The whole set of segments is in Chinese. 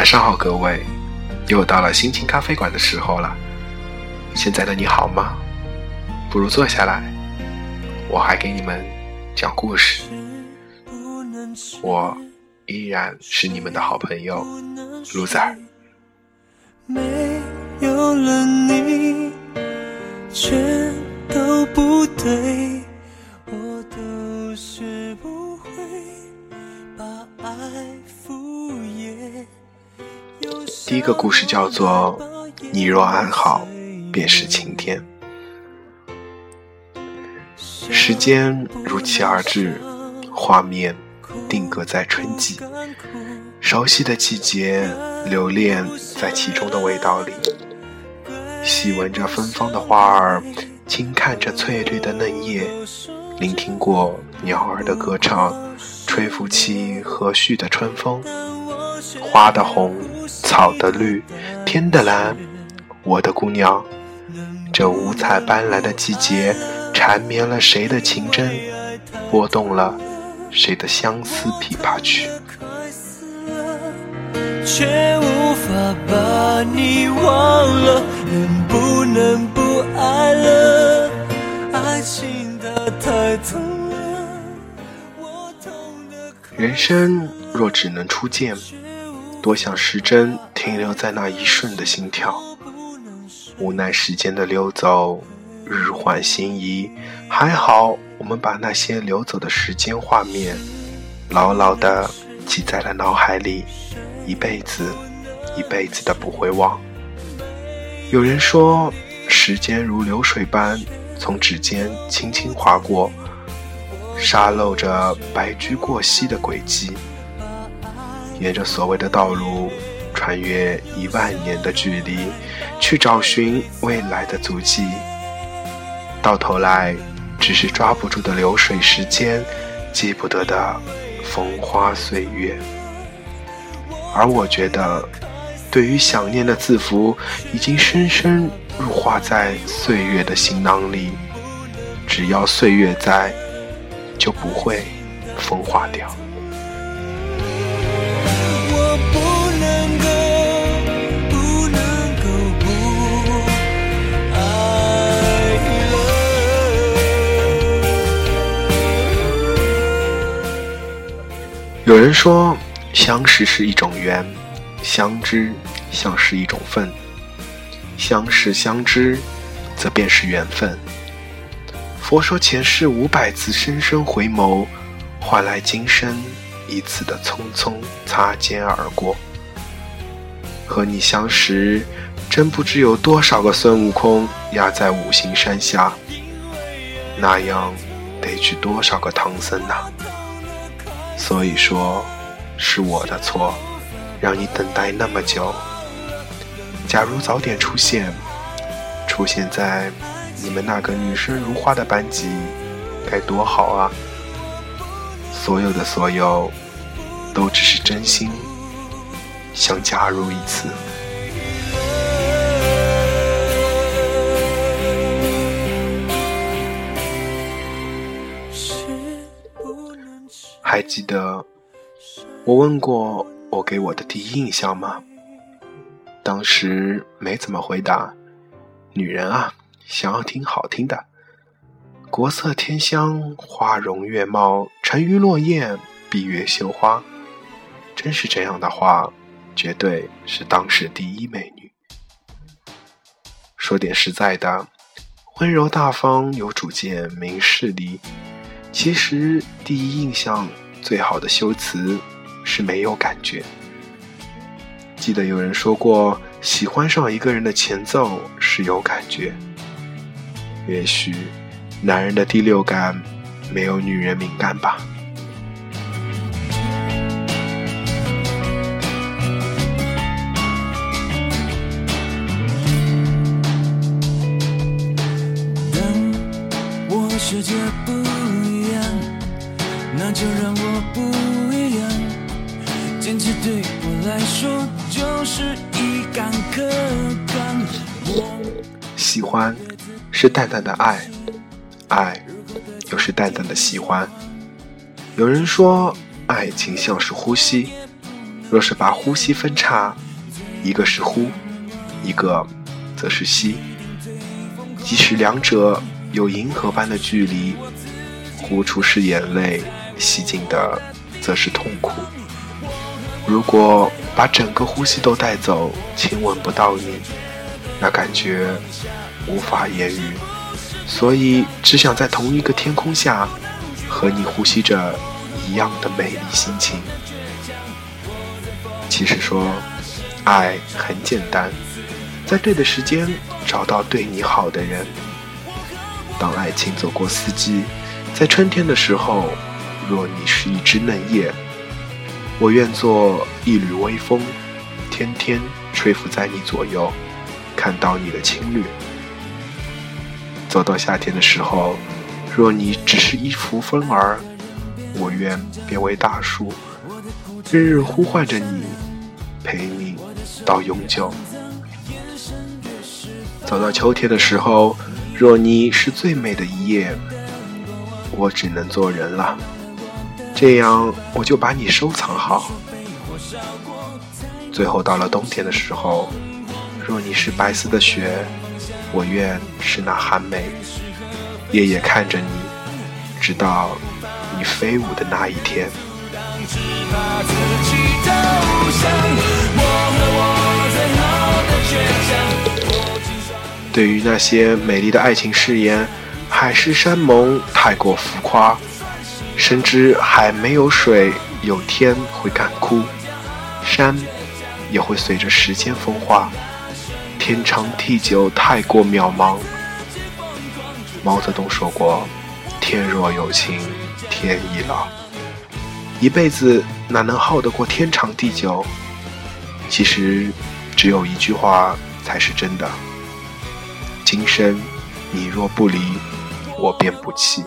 晚上好，各位，又到了心情咖啡馆的时候了。现在的你好吗？不如坐下来，我还给你们讲故事。我依然是你们的好朋友Loser。 没有了你，全都不对，我都学不会把爱敷衍。 第一个故事叫做你若安好便是晴天。时间如期而至，画面定格在春季，熟悉的季节留恋在其中的味道里，细闻着芬芳的花儿，轻看着翠绿的嫩叶，聆听过鸟儿的歌唱，吹拂起和煦的春风。花的红，草的绿，天的蓝，我的姑娘，这五彩斑斓的季节缠绵了谁的情真，拨动了谁的相思琵琶曲， 却无法把你忘了，能不能不爱了？爱情的太痛了，我痛得人生若只能初见，多想时针停留在那一瞬的心跳，无奈时间的溜走，日换星移，还好我们把那些流走的时间画面牢牢地记在了脑海里，一辈子一辈子的不会忘。有人说时间如流水般从指尖轻轻划过，沙漏着白驹过隙的轨迹，沿着所谓的道路穿越10000年的距离，去找寻未来的足迹，到头来只是抓不住的流水时间，记不得的风花岁月。而我觉得对于想念的字符已经深深入画在岁月的行囊里，只要岁月在，就不会风化掉。 我不能够不爱了。有人说相识是一种缘，相知像是一种分，相识相知则便是缘分。佛说前世500次深深回眸，换来今生一次的匆匆擦肩而过。和你相识，真不知有多少个孙悟空压在五行山下，那样得去多少个唐僧啊。所以说是我的错，让你等待那么久。假如早点出现在你们那个女生如花的班级，该多好啊。所有的所有都只是真心想加入一次。还记得我问过我给我的第一印象吗？当时没怎么回答，女人啊，想要听好听的。国色天香，花容月貌，沉鱼落雁，闭月羞花。真是这样的话，绝对是当时第一美女。说点实在的，温柔大方，有主见，明事理。其实第一印象最好的修辞是没有感觉。记得有人说过，喜欢上一个人的前奏是有感觉。也许男人的第六感没有女人敏感吧。 当我学着不一样，那就让我不一样。坚持对我来说就是一杆克刚。 喜欢是淡淡的爱，爱又是淡淡的喜欢。有人说爱情像是呼吸， 若是把呼吸分叉，一个是呼，一个则是吸，即使两者有银河般的距离，呼出是眼泪，吸进的则是痛苦。如果把整个呼吸都带走，亲吻不到你，那感觉无法言语，所以只想在同一个天空下和你呼吸着一样的美丽心情。其实说爱很简单，在对的时间找到对你好的人。当爱情走过四季，在春天的时候，若你是一枝嫩叶，我愿做一缕微风，天天吹拂在你左右，看到你的青绿。走到夏天的时候，若你只是一幅风儿，我愿变为大树，日日呼唤着你，陪你到永久。走到秋天的时候，若你是最美的一页，我只能做人了，这样我就把你收藏好。最后到了冬天的时候，若你是白色的雪，我愿是那寒梅，夜夜看着你，直到你飞舞的那一天。对于那些美丽的爱情誓言，海誓山盟太过浮夸，深知海没有水，有天会干枯，山也会随着时间风化，天长地久太过渺茫。毛泽东说过，天若有情天亦老，一辈子哪能耗得过天长地久？其实只有一句话才是真的，今生你若不离，我便不弃。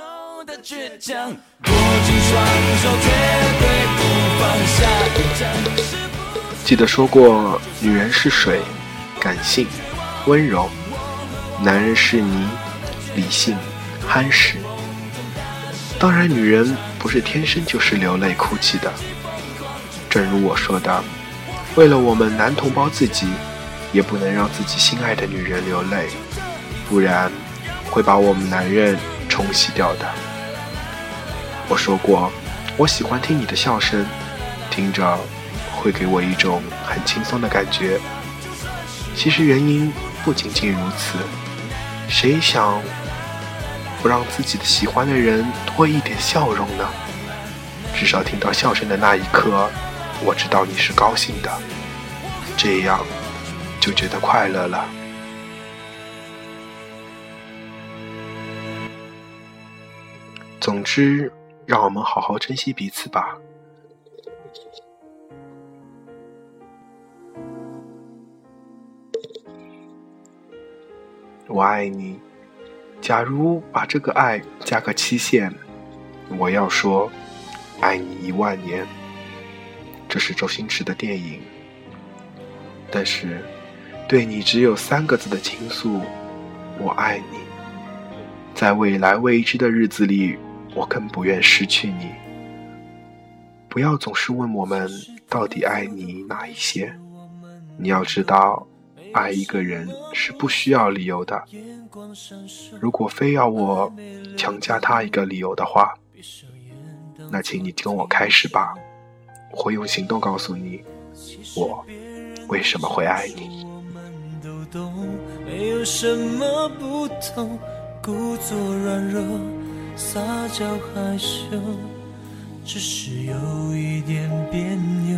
记得说过，女人是水，感性温柔，男人是泥，理性憨实。当然女人不是天生就是流泪哭泣的，正如我说的，为了我们男同胞自己，也不能让自己心爱的女人流泪，不然会把我们男人冲洗掉的。我说过，我喜欢听你的笑声，听着会给我一种很轻松的感觉。其实原因不仅仅如此，谁想不让自己的喜欢的人多一点笑容呢？至少听到笑声的那一刻，我知道你是高兴的，这样就觉得快乐了。总之，让我们好好珍惜彼此吧。我爱你，假如把这个爱加个期限，我要说爱你10000年。这是周星驰的电影，但是对你只有3个字的倾诉，我爱你。在未来未知的日子里，我更不愿失去你。不要总是问我们到底爱你哪一些，你要知道，爱一个人是不需要理由的。如果非要我强加他一个理由的话，那请你跟我开始吧，我会用行动告诉你，我为什么会爱你。没有什么不同，故作软弱，撒娇害羞，只是有一点别扭。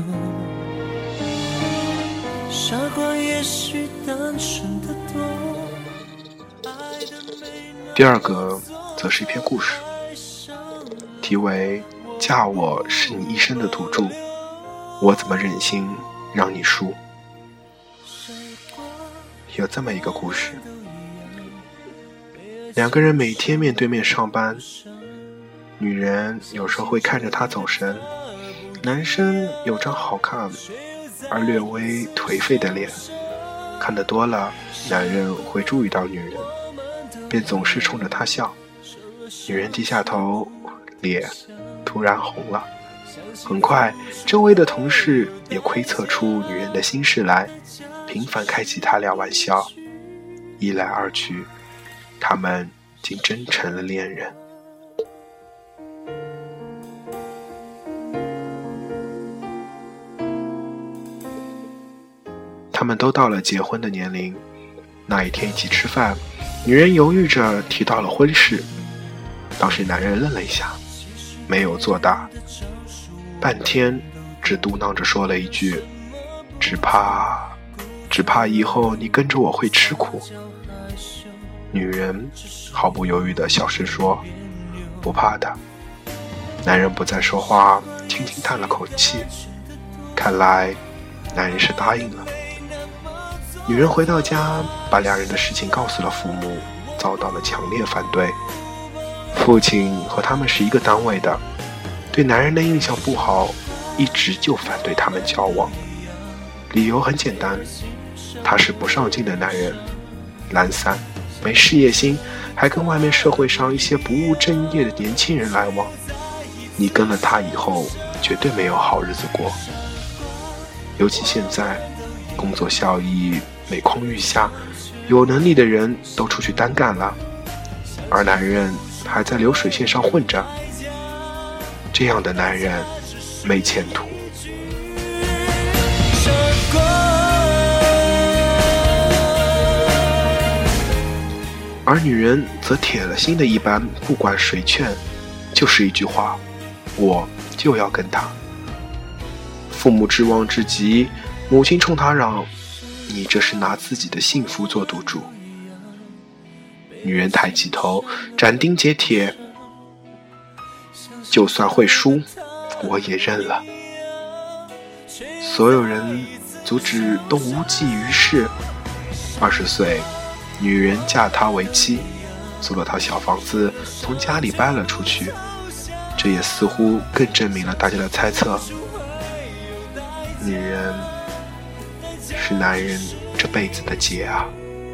傻瓜也许单纯的多。第二个则是一篇故事，题为嫁我是你一生的赌注，我怎么忍心让你输。有这么一个故事，两个人每天面对面上班，女人有时候会看着他走神，男生有张好看而略微颓废的脸，看得多了，男人会注意到女人，便总是冲着她笑。女人低下头，脸突然红了， 很快，周围的同事也窥测出女人的心事来，频繁开起他俩玩笑。一来二去，他们竟真成了恋人。他们都到了结婚的年龄，那一天一起吃饭，女人犹豫着提到了婚事。当时男人愣了一下，没有作答，半天只嘟囔着说了一句：只怕以后你跟着我会吃苦。女人毫不犹豫地小声说：不怕的。男人不再说话，轻轻叹了口气，看来男人是答应了。女人回到家，把两人的事情告诉了父母，遭到了强烈反对。父亲和他们是一个单位的，对男人的印象不好，一直就反对他们交往。理由很简单，他是不上进的男人，懒散，没事业心，还跟外面社会上一些不务正业的年轻人来往。你跟了他以后，绝对没有好日子过。尤其现在，工作效益每况愈下，有能力的人都出去单干了，而男人还在流水线上混着。这样的男人没前途。而女人则铁了心的一般，不管谁劝，就是一句话：我就要跟他。父母失望至极，母亲冲他嚷：你这是拿自己的幸福做赌注。女人抬起头，斩钉截铁：就算会输，我也认了。所有人阻止都无济于事。20岁，女人嫁他为妻，租了套小房子，从家里搬了出去。这也似乎更证明了大家的猜测：女人是男人这辈子的劫啊。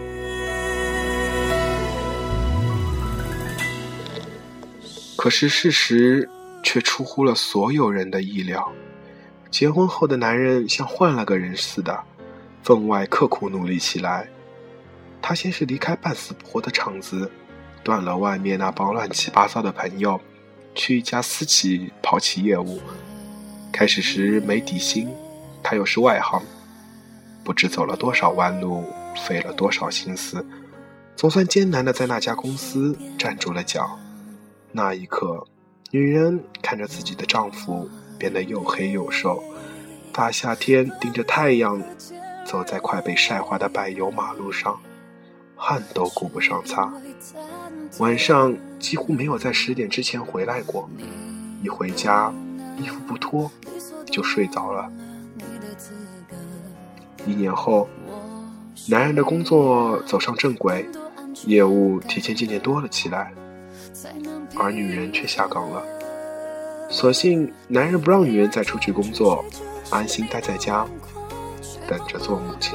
可是事实却出乎了所有人的意料。结婚后的男人像换了个人似的，分外刻苦努力起来。他先是离开半死不活的厂子，断了外面那帮乱七八糟的朋友，去一家私企跑起业务。开始时没底薪，他又是外行，不知走了多少弯路，费了多少心思，总算艰难地在那家公司站住了脚。那一刻，女人看着自己的丈夫变得又黑又瘦，大夏天盯着太阳，走在快被晒化的柏油马路上，汗都顾不上擦。晚上几乎没有在10点之前回来过，一回家衣服不脱就睡着了。1年后，男人的工作走上正轨，业务渐渐多了起来，而女人却下岗了。所幸男人不让女人再出去工作，安心待在家，等着做母亲。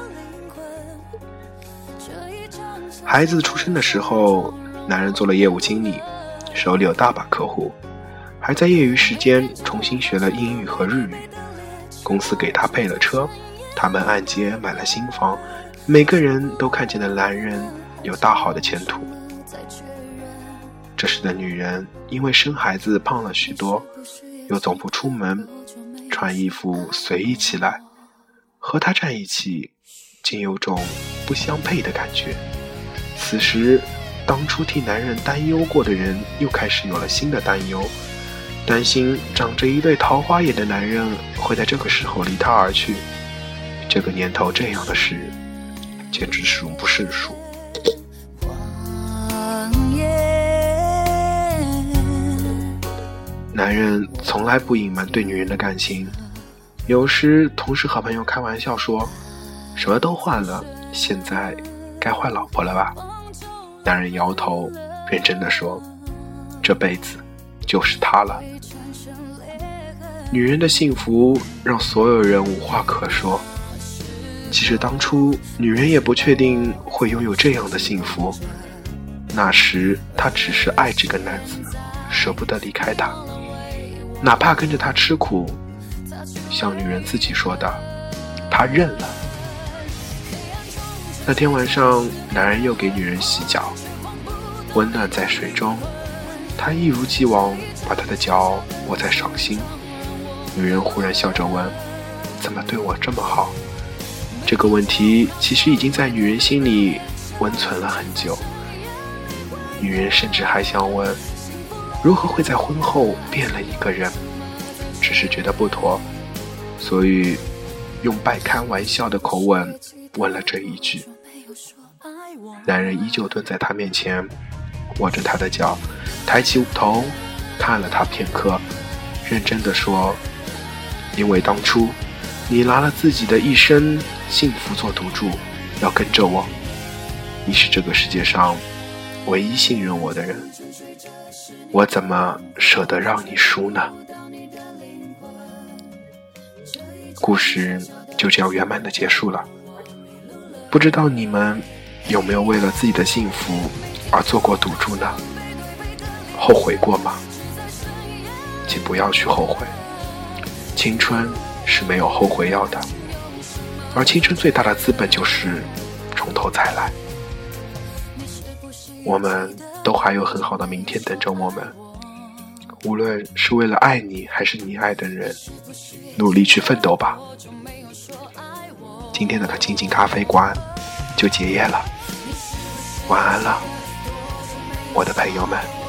孩子出生的时候，男人做了业务经理，手里有大把客户，还在业余时间重新学了英语和日语。公司给他配了车，他们按揭买了新房，每个人都看见了男人有大好的前途。这时的女人因为生孩子胖了许多，又总不出门，穿衣服随意起来，和他站一起竟有种不相配的感觉。此时当初替男人担忧过的人又开始有了新的担忧，担心长着一对桃花眼的男人会在这个时候离他而去。这个年头这样的事简直数不胜数。男人从来不隐瞒对女人的感情，有时同事和朋友开玩笑说，什么都换了，现在该换老婆了吧？男人摇头，认真地说，这辈子就是她了。女人的幸福让所有人无话可说。其实当初女人也不确定会拥有这样的幸福，那时她只是爱这个男子，舍不得离开他。 哪怕跟着他吃苦，像女人自己说的，他认了。那天晚上，男人又给女人洗脚，温暖在水中，他一如既往把她的脚握在掌心。女人忽然笑着问，怎么对我这么好？这个问题其实已经在女人心里温存了很久。女人甚至还想问，如何会在婚后变了一个人？只是觉得不妥，所以用半开玩笑的口吻问了这一句。男人依旧蹲在她面前，握着她的脚，抬起头看了她片刻，认真地说，因为当初你拿了自己的一生幸福做赌注，要跟着我，你是这个世界上唯一信任我的人，我怎么舍得让你输呢？故事就这样圆满的结束了。不知道你们有没有为了自己的幸福而做过赌注呢？后悔过吗？请不要去后悔，青春是没有后悔药的，而青春最大的资本就是从头再来。我们都还有很好的明天等着我们，无论是为了爱你还是你爱的人，努力去奋斗吧。今天的静静咖啡馆就结业了，晚安了，我的朋友们。